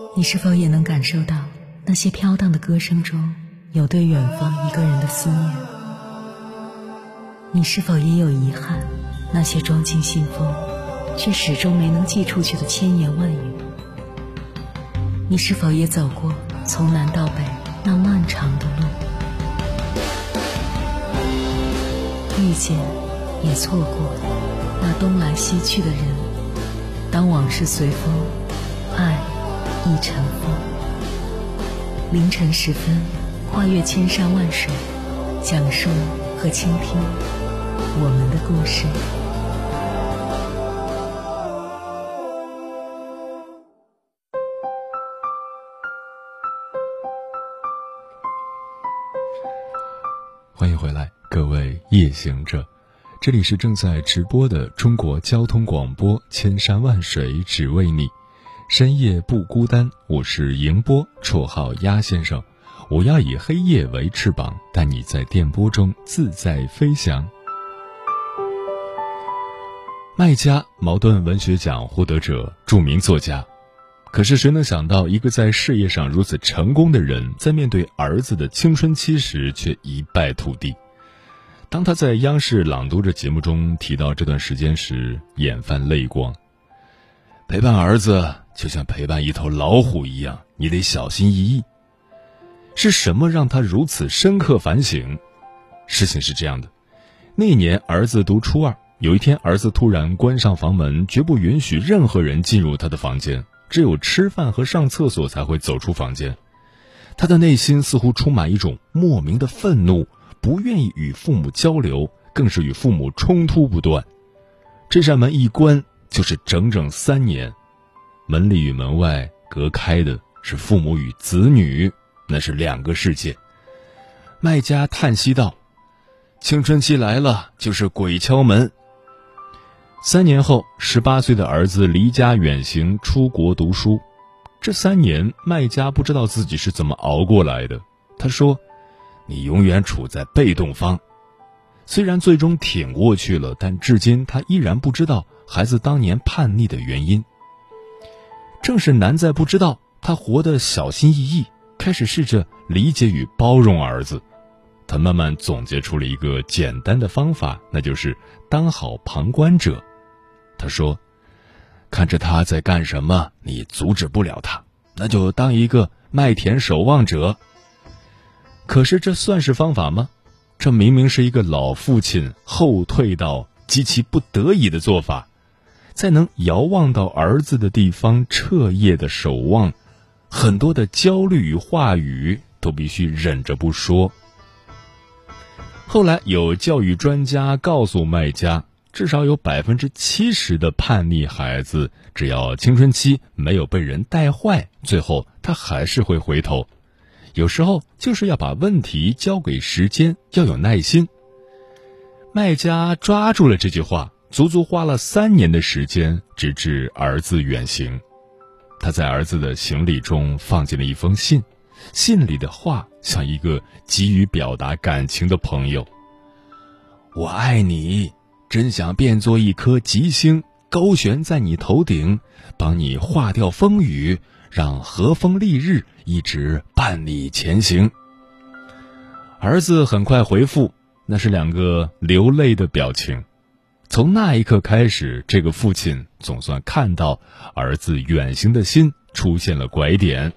你是否也能感受到那些飘荡的歌声中有对远方一个人的思念？你是否也有遗憾，那些装进信封却始终没能寄出去的千言万语？你是否也走过从南到北那漫长的路？遇见也错过那东来西去的人，当往事随风，爱亦成风。凌晨时分，跨越千山万水，讲述和倾听我们的故事。 欢迎回来，各位夜行者，这里是正在直播的中国交通广播，千山万水只为你，深夜不孤单。我是迎波，绰号鸭先生。我要以黑夜为翅膀，带你在电波中自在飞翔。麦家茅盾文学奖获得者，著名作家。可是谁能想到，一个在事业上如此成功的人，在面对儿子的青春期时却一败涂地。当他在央视朗读者节目中提到这段时间时，眼泛泪光。陪伴儿子就像陪伴一头老虎一样，你得小心翼翼。是什么让他如此深刻反省？事情是这样的，那年儿子读初二，有一天儿子突然关上房门，绝不允许任何人进入他的房间，只有吃饭和上厕所才会走出房间。他的内心似乎充满一种莫名的愤怒，不愿意与父母交流，更是与父母冲突不断。这扇门一关就是整整3年，门里与门外隔开的是父母与子女，那是2个世界。麦家叹息道：青春期来了，就是鬼敲门。3年后，18岁的儿子离家远行出国读书。这3年，麦家不知道自己是怎么熬过来的。他说：你永远处在被动方。虽然最终挺过去了，但至今他依然不知道孩子当年叛逆的原因。正是难在不知道，他活得小心翼翼，开始试着理解与包容儿子。他慢慢总结出了一个简单的方法，那就是当好旁观者。他说：看着他在干什么，你阻止不了他，那就当一个麦田守望者。可是这算是方法吗？这明明是一个老父亲后退到极其不得已的做法，在能遥望到儿子的地方彻夜的守望，很多的焦虑与话语都必须忍着不说。后来有教育专家告诉麦家，至少有70%的叛逆孩子，只要青春期没有被人带坏，最后他还是会回头。有时候就是要把问题交给时间，要有耐心。麦家抓住了这句话，足足花了3年的时间，直至儿子远行。他在儿子的行李中放进了一封信，信里的话像一个急于表达感情的朋友：我爱你，真想变作一颗吉星，高悬在你头顶，帮你化掉风雨，让和风丽日一直伴你前行。儿子很快回复，那是2个流泪的表情。从那一刻开始，这个父亲总算看到儿子远行的心出现了拐点。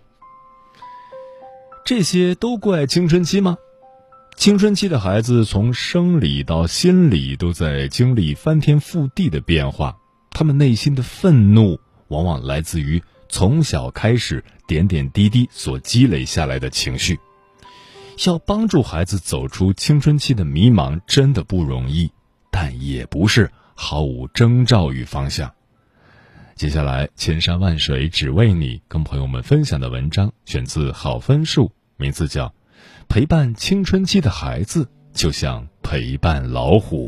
这些都怪青春期吗？青春期的孩子从生理到心理都在经历翻天覆地的变化，他们内心的愤怒往往来自于从小开始点点滴滴所积累下来的情绪。要帮助孩子走出青春期的迷茫真的不容易，但也不是毫无征兆与方向。接下来千山万水只为你跟朋友们分享的文章选自好分数，名字叫陪伴青春期的孩子就像陪伴老虎。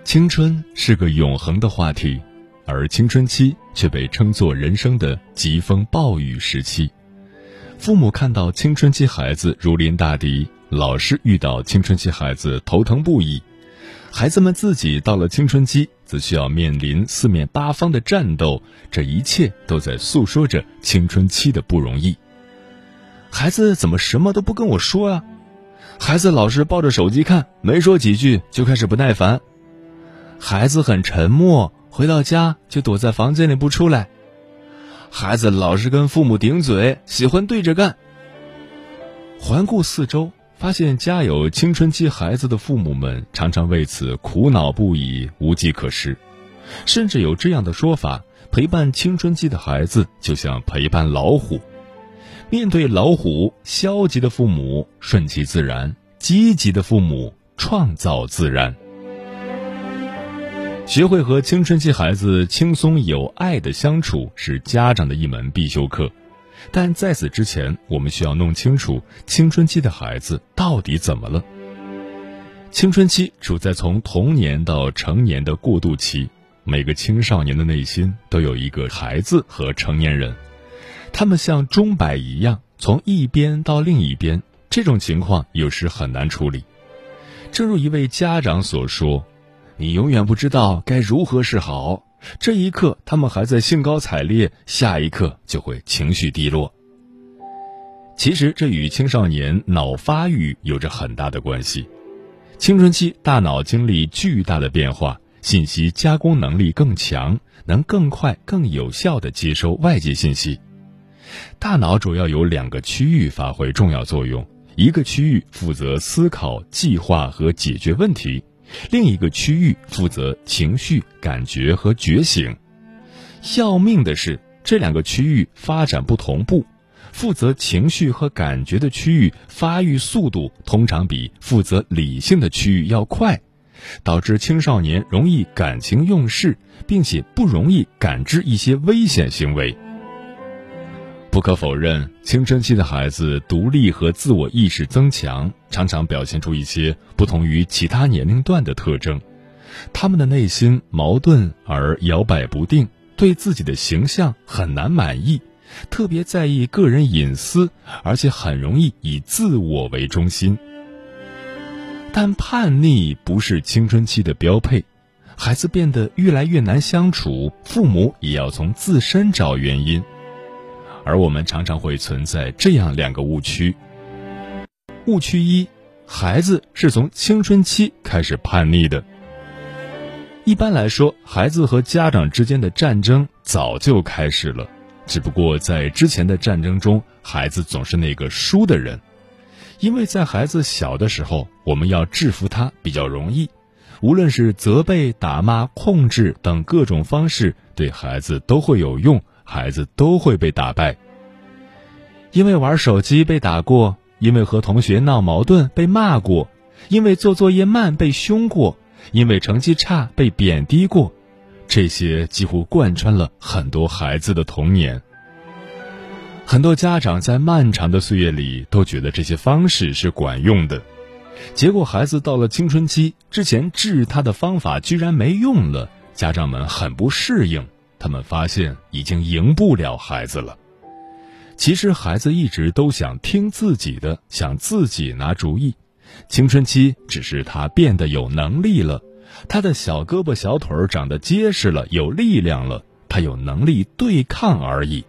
青春是个永恒的话题，而青春期却被称作人生的疾风暴雨时期。父母看到青春期孩子如临大敌，老师遇到青春期孩子头疼不已，孩子们自己到了青春期，则需要面临四面八方的战斗，这一切都在诉说着青春期的不容易。孩子怎么什么都不跟我说啊？孩子老是抱着手机看，没说几句就开始不耐烦。孩子很沉默，回到家就躲在房间里不出来。孩子老是跟父母顶嘴，喜欢对着干。环顾四周，发现家有青春期孩子的父母们常常为此苦恼不已，无计可施。甚至有这样的说法，陪伴青春期的孩子就像陪伴老虎。面对老虎，消极的父母顺其自然，积极的父母创造自然。学会和青春期孩子轻松有爱的相处是家长的一门必修课，但在此之前，我们需要弄清楚青春期的孩子到底怎么了。青春期处在从童年到成年的过渡期，每个青少年的内心都有一个孩子和成年人，他们像钟摆一样从一边到另一边，这种情况有时很难处理。正如一位家长所说，你永远不知道该如何是好，这一刻他们还在兴高采烈，下一刻就会情绪低落。其实这与青少年脑发育有着很大的关系。青春期大脑经历巨大的变化，信息加工能力更强，能更快更有效地接收外界信息。大脑主要有2个区域发挥重要作用，一个区域负责思考、计划和解决问题，另一个区域负责情绪、感觉和觉醒。要命的是，这2个区域发展不同步，负责情绪和感觉的区域发育速度通常比负责理性的区域要快，导致青少年容易感情用事，并且不容易感知一些危险行为。不可否认，青春期的孩子独立和自我意识增强，常常表现出一些不同于其他年龄段的特征。他们的内心矛盾而摇摆不定，对自己的形象很难满意，特别在意个人隐私，而且很容易以自我为中心。但叛逆不是青春期的标配，孩子变得越来越难相处，父母也要从自身找原因。而我们常常会存在这样2个误区。误区1，孩子是从青春期开始叛逆的。一般来说，孩子和家长之间的战争早就开始了，只不过在之前的战争中，孩子总是那个输的人。因为在孩子小的时候，我们要制服他比较容易，无论是责备、打骂、控制等各种方式，对孩子都会有用，孩子都会被打败。因为玩手机被打过，因为和同学闹矛盾被骂过，因为做作业慢被凶过，因为成绩差被贬低过，这些几乎贯穿了很多孩子的童年。很多家长在漫长的岁月里都觉得这些方式是管用的，结果孩子到了青春期，之前治他的方法居然没用了，家长们很不适应，他们发现已经赢不了孩子了。其实孩子一直都想听自己的，想自己拿主意，青春期只是他变得有能力了，他的小胳膊小腿长得结实了，有力量了，他有能力对抗而已。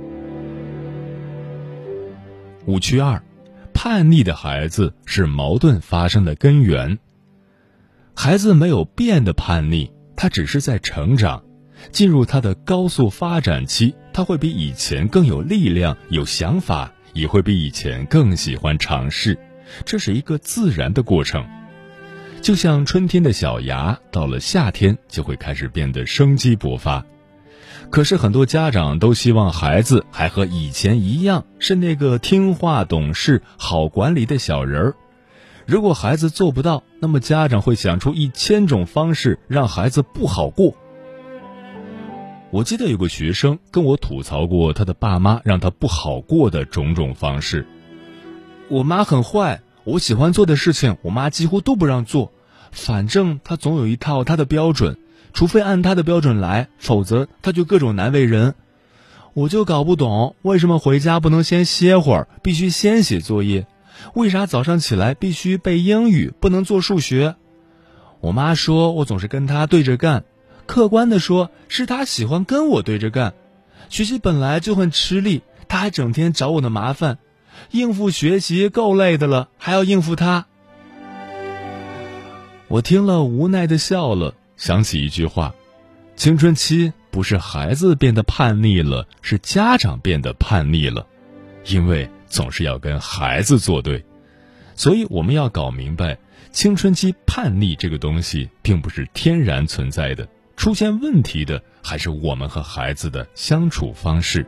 误区2，叛逆的孩子是矛盾发生的根源。孩子没有变得叛逆，他只是在成长，进入他的高速发展期，他会比以前更有力量、有想法，也会比以前更喜欢尝试，这是一个自然的过程。就像春天的小芽，到了夏天就会开始变得生机勃发。可是很多家长都希望孩子还和以前一样，是那个听话懂事、好管理的小人儿。如果孩子做不到，那么家长会想出1000种方式让孩子不好过。我记得有个学生跟我吐槽过他的爸妈让他不好过的种种方式。我妈很坏，我喜欢做的事情我妈几乎都不让做， 反正他总有一套他的标准，除非按他的标准来，否则他就各种难为人。我就搞不懂，为什么回家不能先歇会儿，必须先写作业？为啥早上起来必须背英语，不能做数学？我妈说我总是跟他对着干，客观地说是他喜欢跟我对着干。学习本来就很吃力，他还整天找我的麻烦，应付学习够累的了，还要应付他。我听了无奈地笑了，想起一句话：青春期不是孩子变得叛逆了，是家长变得叛逆了，因为总是要跟孩子作对。所以我们要搞明白，青春期叛逆这个东西并不是天然存在的，出现问题的还是我们和孩子的相处方式。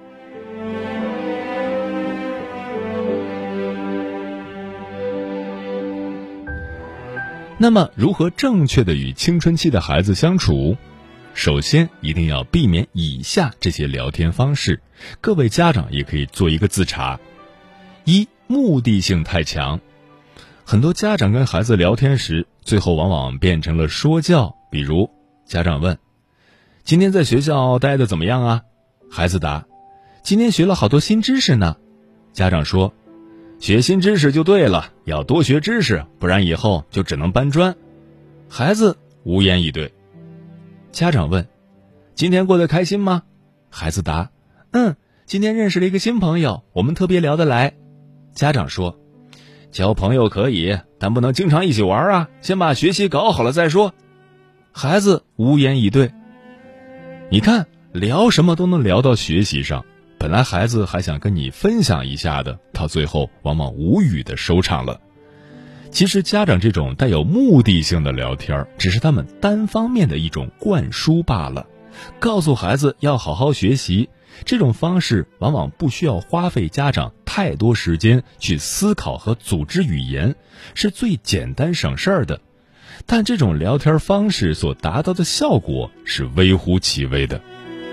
那么如何正确的与青春期的孩子相处？首先一定要避免以下这些聊天方式，各位家长也可以做一个自查。一、目的性太强。很多家长跟孩子聊天时，最后往往变成了说教。比如家长问：今天在学校待得怎么样啊？孩子答：今天学了好多新知识呢。家长说：学新知识就对了，要多学知识，不然以后就只能搬砖。孩子无言以对。家长问：今天过得开心吗？孩子答：今天认识了一个新朋友，我们特别聊得来。家长说：交朋友可以，但不能经常一起玩啊，先把学习搞好了再说。孩子无言以对。你看，聊什么都能聊到学习上，本来孩子还想跟你分享一下的，到最后往往无语的收场了。其实家长这种带有目的性的聊天，只是他们单方面的一种灌输罢了。告诉孩子要好好学习，这种方式往往不需要花费家长太多时间去思考和组织语言，是最简单省事儿的。但这种聊天方式所达到的效果是微乎其微的。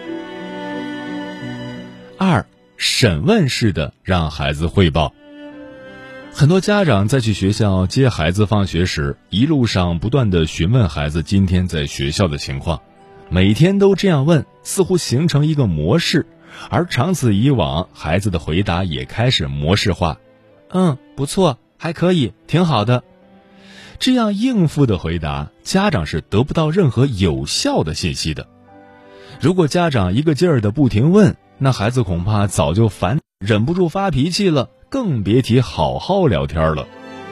二、审问式的让孩子汇报。很多家长在去学校接孩子放学时，一路上不断地询问孩子今天在学校的情况，每天都这样问，似乎形成一个模式，而长此以往，孩子的回答也开始模式化。不错，还可以，挺好的。这样应付的回答，家长是得不到任何有效的信息的。如果家长一个劲儿的不停问，那孩子恐怕早就烦，忍不住发脾气了，更别提好好聊天了。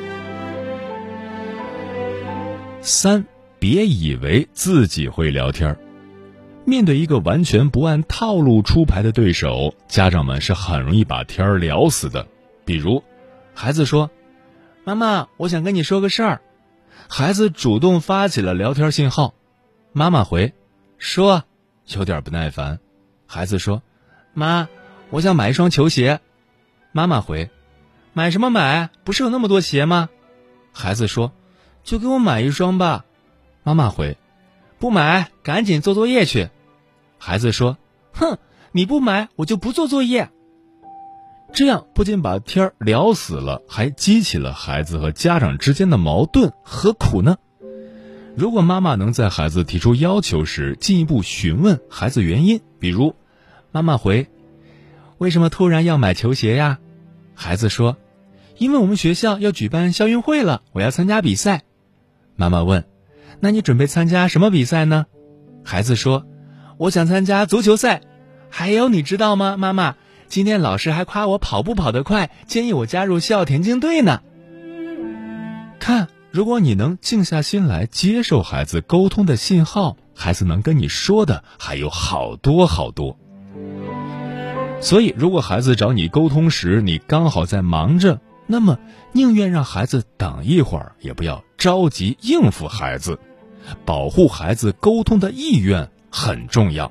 三、别以为自己会聊天。面对一个完全不按套路出牌的对手，家长们是很容易把天聊死的。比如孩子说：妈妈，我想跟你说个事儿。孩子主动发起了聊天信号，妈妈回：说。有点不耐烦。孩子说：妈，我想买一双球鞋。妈妈回：买什么买？不是有那么多鞋吗？孩子说：就给我买一双吧。妈妈回：不买，赶紧做作业去。孩子说：哼，你不买，我就不做作业。这样不仅把天聊死了，还激起了孩子和家长之间的矛盾，何苦呢？如果妈妈能在孩子提出要求时进一步询问孩子原因，比如妈妈回：为什么突然要买球鞋呀？孩子说：因为我们学校要举办校运会了，我要参加比赛。妈妈问：那你准备参加什么比赛呢？孩子说：我想参加足球赛。还有你知道吗，妈妈，今天老师还夸我跑步跑得快，建议我加入校田径队呢。看，如果你能静下心来接受孩子沟通的信号，孩子能跟你说的还有好多好多。所以如果孩子找你沟通时你刚好在忙着，那么宁愿让孩子等一会儿，也不要着急应付孩子。保护孩子沟通的意愿很重要。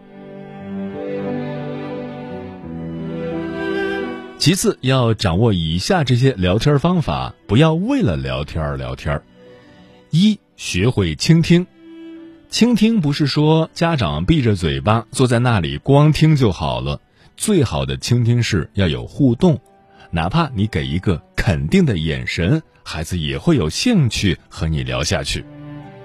其次，要掌握以下这些聊天方法，不要为了聊天而聊天。一、学会倾听。倾听不是说家长闭着嘴巴坐在那里光听就好了，最好的倾听是要有互动，哪怕你给一个肯定的眼神，孩子也会有兴趣和你聊下去。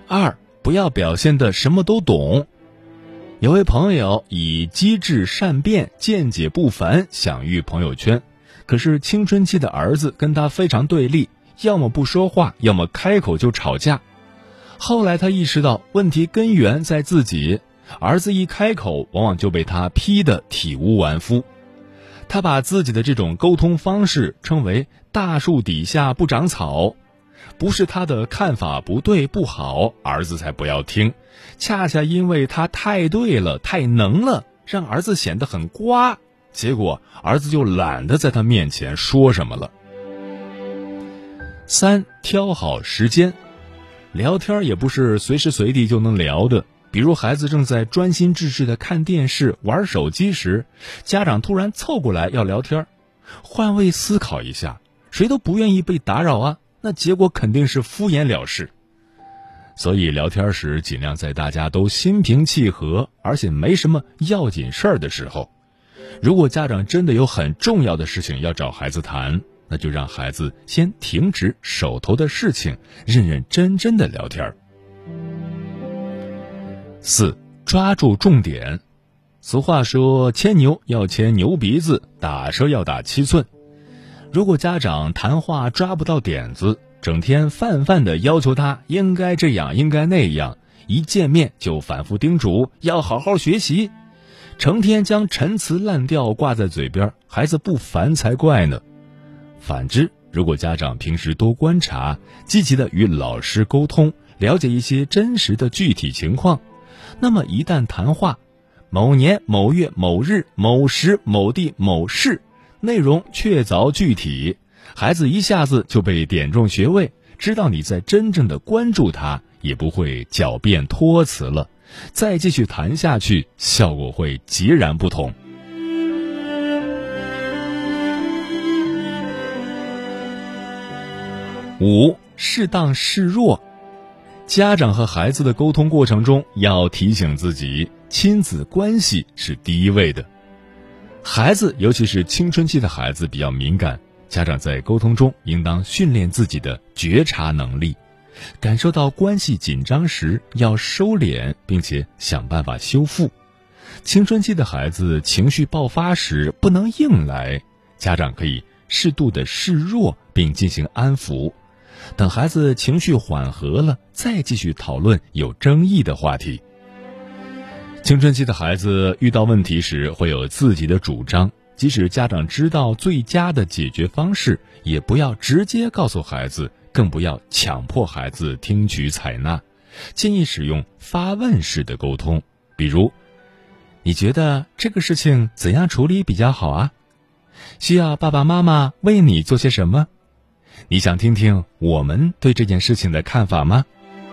2，不要表现得什么都懂。有位朋友以机智善变、见解不凡享誉朋友圈，可是青春期的儿子跟他非常对立，要么不说话，要么开口就吵架。后来他意识到问题根源在自己，儿子一开口往往就被他批得体无完肤。他把自己的这种沟通方式称为大树底下不长草，不是他的看法不对不好，儿子才不要听，恰恰因为他太对了太能了，让儿子显得很瓜，结果儿子就懒得在他面前说什么了。3，挑好时间。聊天也不是随时随地就能聊的，比如孩子正在专心致志地看电视玩手机时，家长突然凑过来要聊天，换位思考一下，谁都不愿意被打扰啊，那结果肯定是敷衍了事。所以聊天时尽量在大家都心平气和，而且没什么要紧事儿的时候。如果家长真的有很重要的事情要找孩子谈，那就让孩子先停止手头的事情，认认真真的聊天。4，抓住重点。俗话说，牵牛要牵牛鼻子，打蛇要打7寸。如果家长谈话抓不到点子，整天泛泛地要求他应该这样应该那样，一见面就反复叮嘱要好好学习，成天将陈词滥调挂在嘴边，孩子不烦才怪呢。反之，如果家长平时多观察，积极地与老师沟通，了解一些真实的具体情况，那么一旦谈话某年某月某日某时某地某事，内容确凿具体，孩子一下子就被点中穴位，知道你在真正的关注他，也不会狡辩托辞了，再继续谈下去，效果会截然不同。5，适当示弱。家长和孩子的沟通过程中，要提醒自己，亲子关系是第一位的。孩子，尤其是青春期的孩子比较敏感，家长在沟通中应当训练自己的觉察能力，感受到关系紧张时要收敛，并且想办法修复。青春期的孩子情绪爆发时不能硬来，家长可以适度的示弱并进行安抚，等孩子情绪缓和了，再继续讨论有争议的话题。青春期的孩子遇到问题时会有自己的主张，即使家长知道最佳的解决方式，也不要直接告诉孩子，更不要强迫孩子听取采纳。建议使用发问式的沟通，比如，你觉得这个事情怎样处理比较好啊？需要爸爸妈妈为你做些什么？你想听听我们对这件事情的看法吗？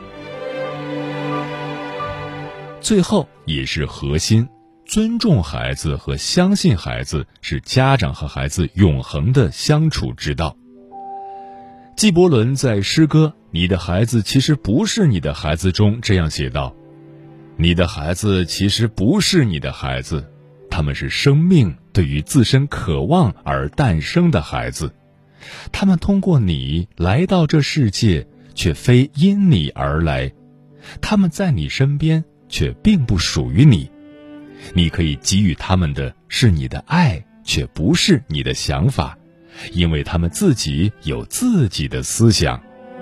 最后也是核心，尊重孩子和相信孩子是家长和孩子永恒的相处之道。纪伯伦在诗歌《你的孩子其实不是你的孩子》中这样写道：你的孩子其实不是你的孩子，他们是生命对于自身渴望而诞生的孩子，他们通过你来到这世界，却非因你而来，他们在你身边，却并不属于你。你可以给予他们的是你的爱，却不是你的想法，因为他们自己有自己的思想。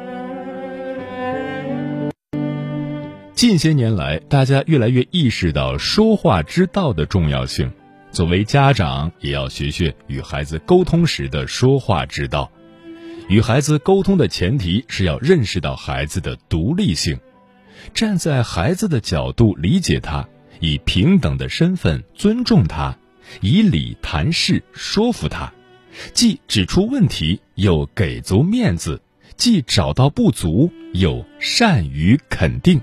近些年来，大家越来越意识到说话之道的重要性，作为家长也要学学与孩子沟通时的说话之道。与孩子沟通的前提是要认识到孩子的独立性，站在孩子的角度理解他，以平等的身份尊重他，以理谈事说服他，既指出问题又给足面子，既找到不足又善于肯定。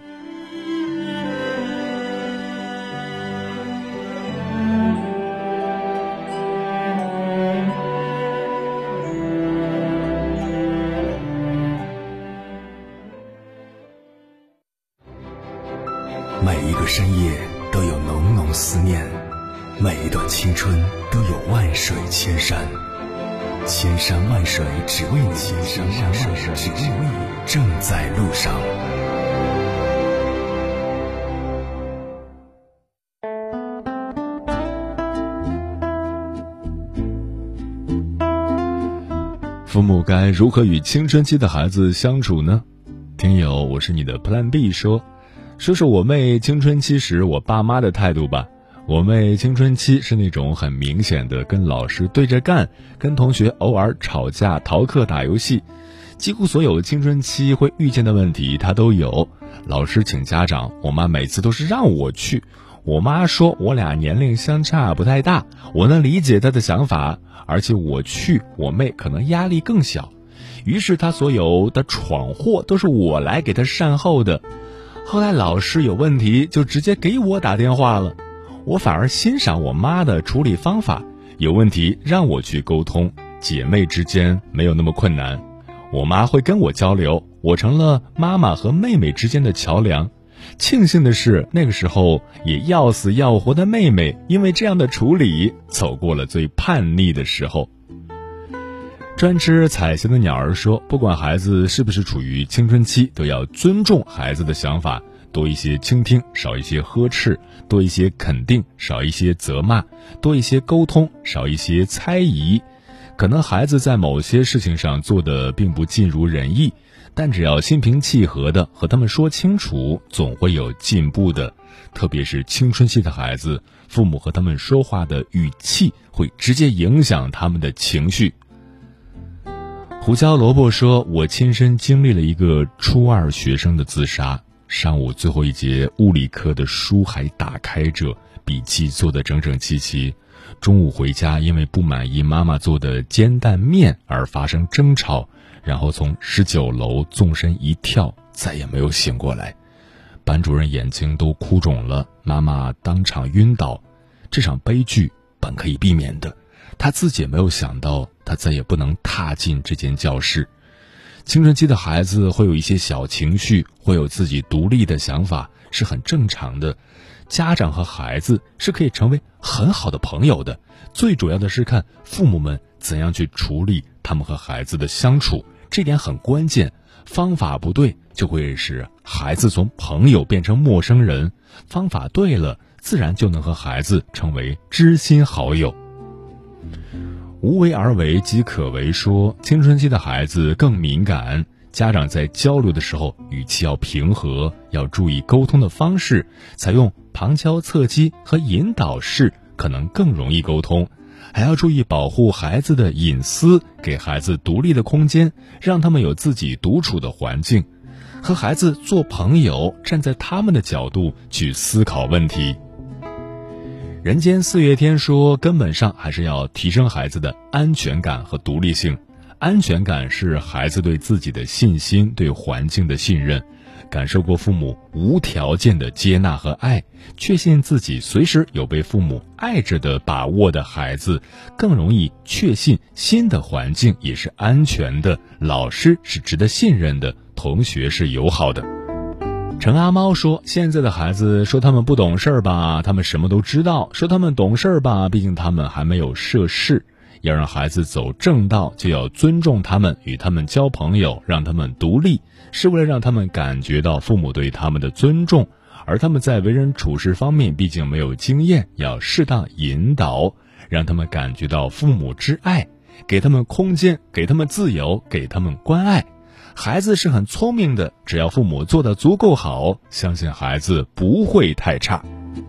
每一个深夜都有浓浓思念，每一段青春都有万水千山，千山万水只为你，千山万水只为你，正在路上。 父母该如何与青春期的孩子相处呢？听友我是你的 Plan B 说我妹青春期时我爸妈的态度吧。我妹青春期是那种很明显的跟老师对着干，跟同学偶尔吵架、逃课、打游戏，几乎所有青春期会遇见的问题她都有。老师请家长，我妈每次都是让我去。我妈说我俩年龄相差不太大，我能理解她的想法，而且我去，我妹可能压力更小。于是她所有的闯祸都是我来给她善后的。后来老师有问题就直接给我打电话了，我反而欣赏我妈的处理方法，有问题让我去沟通，姐妹之间没有那么困难。我妈会跟我交流，我成了妈妈和妹妹之间的桥梁。庆幸的是，那个时候也要死要活的妹妹因为这样的处理走过了最叛逆的时候。专吃彩霞的鸟儿说，不管孩子是不是处于青春期，都要尊重孩子的想法，多一些倾听，少一些呵斥，多一些肯定，少一些责骂，多一些沟通，少一些猜疑。可能孩子在某些事情上做的并不尽如人意，但只要心平气和的和他们说清楚，总会有进步的。特别是青春期的孩子，父母和他们说话的语气会直接影响他们的情绪。胡椒萝卜说，我亲身经历了一个初二学生的自杀，上午最后一节物理课的书还打开着，笔记做得整整齐齐。中午回家，因为不满意妈妈做的煎蛋面而发生争吵，然后从19楼纵身一跳，再也没有醒过来。班主任眼睛都哭肿了，妈妈当场晕倒。这场悲剧本可以避免的，他自己也没有想到，他再也不能踏进这间教室。青春期的孩子会有一些小情绪，会有自己独立的想法，是很正常的。家长和孩子是可以成为很好的朋友的，最主要的是看父母们怎样去处理他们和孩子的相处，这点很关键。方法不对，就会使孩子从朋友变成陌生人，方法对了，自然就能和孩子成为知心好友。无为而为即可为说，青春期的孩子更敏感，家长在交流的时候语气要平和，要注意沟通的方式，采用旁敲侧击和引导式可能更容易沟通，还要注意保护孩子的隐私，给孩子独立的空间，让他们有自己独处的环境，和孩子做朋友，站在他们的角度去思考问题。人间四月天说，根本上还是要提升孩子的安全感和独立性。安全感是孩子对自己的信心，对环境的信任。感受过父母无条件的接纳和爱，确信自己随时有被父母爱着的把握的孩子，更容易确信新的环境也是安全的，老师是值得信任的，同学是友好的。陈阿猫说，现在的孩子说他们不懂事吧，他们什么都知道；说他们懂事吧，毕竟他们还没有涉世。要让孩子走正道，就要尊重他们，与他们交朋友，让他们独立，是为了让他们感觉到父母对他们的尊重。而他们在为人处事方面毕竟没有经验，要适当引导，让他们感觉到父母之爱，给他们空间，给他们自由，给他们关爱。孩子是很聪明的，只要父母做得足够好，相信孩子不会太差。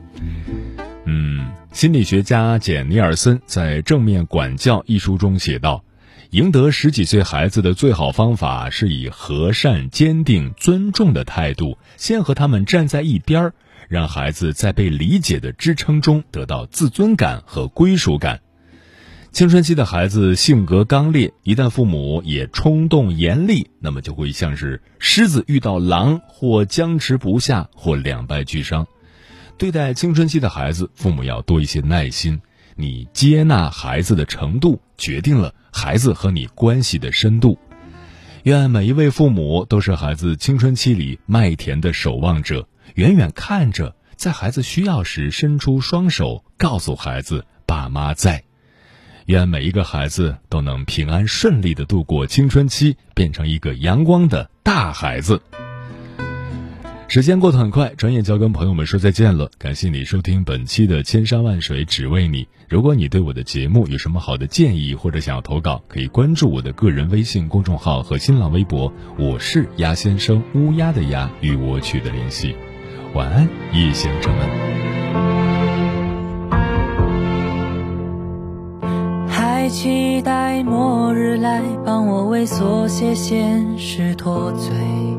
心理学家简·尼尔森在《正面管教》一书中写道，赢得10几岁孩子的最好方法是以和善、坚定、尊重的态度，先和他们站在一边，让孩子在被理解的支撑中得到自尊感和归属感。青春期的孩子性格刚烈，一旦父母也冲动严厉，那么就会像是狮子遇到狼，或僵持不下，或两败俱伤。对待青春期的孩子，父母要多一些耐心。你接纳孩子的程度，决定了孩子和你关系的深度。愿每一位父母都是孩子青春期里麦田的守望者，远远看着，在孩子需要时伸出双手，告诉孩子爸妈在。愿每一个孩子都能平安顺利地度过青春期，变成一个阳光的大孩子。 时间过得很快，转眼就要跟朋友们说再见了。感谢你收听本期的千山万水只为你。如果你对我的节目有什么好的建议或者想要投稿，可以关注我的个人微信公众号和新浪微博，我是鸭先生，乌鸦的鸭，与我取得联系。晚安，夜行者们。 还期待末日来帮我为所写现实脱罪，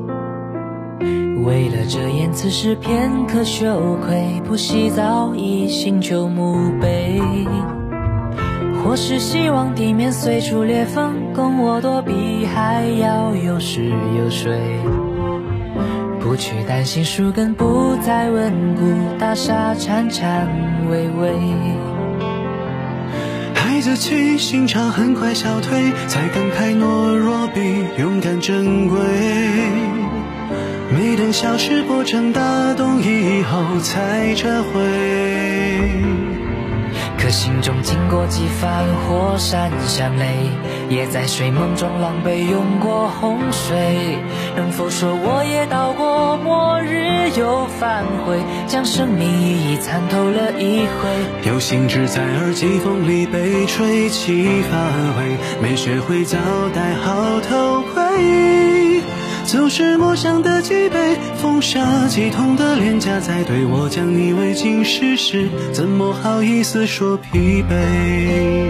为了这言辞是片刻羞愧，不惜早已醒就墓碑，或是希望地面随处裂缝，供我躲避，还要有湿有水，不去担心树根不再稳固，大厦颤颤巍巍。 孩子气，心潮很快消退，才感慨懦弱比勇敢珍贵。没等小事破成大洞以后才撤回， 可心中经过几番火山相雷，也在睡梦中狼狈涌过洪水。能否说我也到过末日又返回，将生命意义参透了一回。 有兴致在耳机缝里被吹起发尾，没学会早戴好头盔，就是梦想的脊背，风沙激痛的脸颊在对我将你为警示时，怎么好意思说疲惫。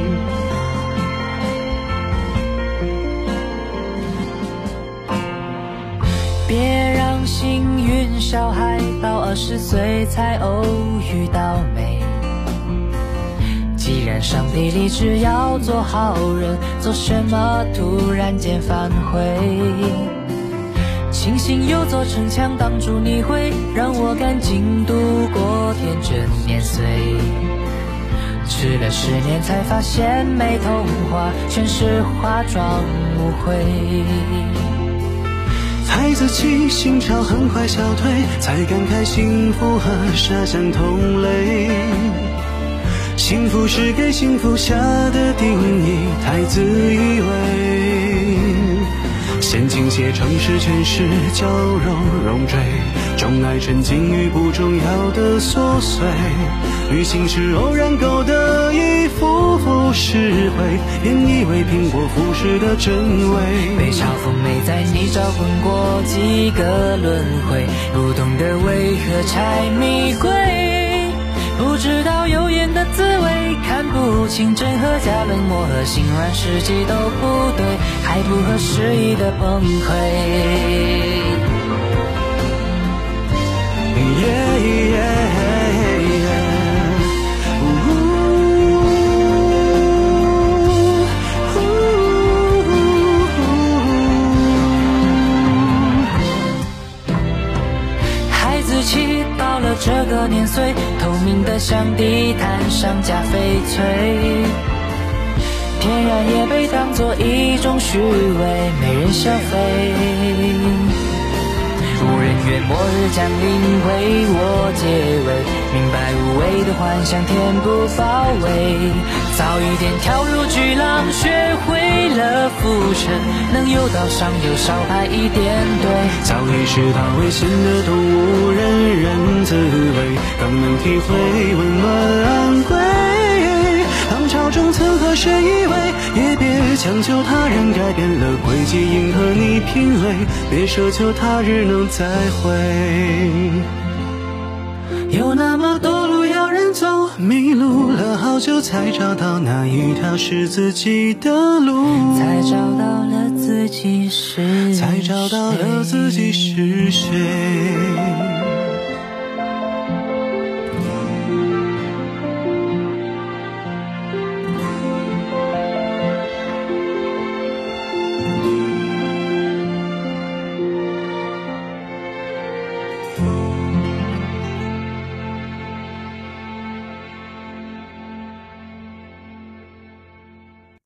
别让幸运小孩到20岁才偶遇到美，既然上帝立志要做好人，做什么突然间反悔？庆幸有座城墙挡住你会，让我赶紧度过天真年岁。迟了10年才发现没童话，全是化妆误会。 孩子气，心潮很快消退，才感慨幸福和沙山同类。幸福是给幸福下的定义，太自以为。陷阱写城市全是矫揉冗赘，钟爱沉浸于不重要的琐碎。旅行是偶然勾得一幅幅诗绘，便以为苹果腐蚀的真伪。 被嘲讽没在泥沼混过几个轮回，不懂得为何柴米贵，不知道油盐的滋味，看不清真和假，冷漠和心软，时机都不对，还不合时宜的崩溃。孩子气到了这个年岁，透明的像地毯上加翡翠，天然也被当作一种虚伪，没人消费。无人愿末日降临为我结尾，明白无谓的幻想填不包围，早一点跳入巨浪，学会了浮沉，能游到上游少排一点队。 早已识到危险的动物人人自危，更能体会温暖安慰。浪潮中曾和谁依偎，也别强求他人改变了轨迹，迎合你品味，别奢求他日能再会。有那么多路要人走，迷路了好久才找到那一条是自己的路， 才找到了自己是谁。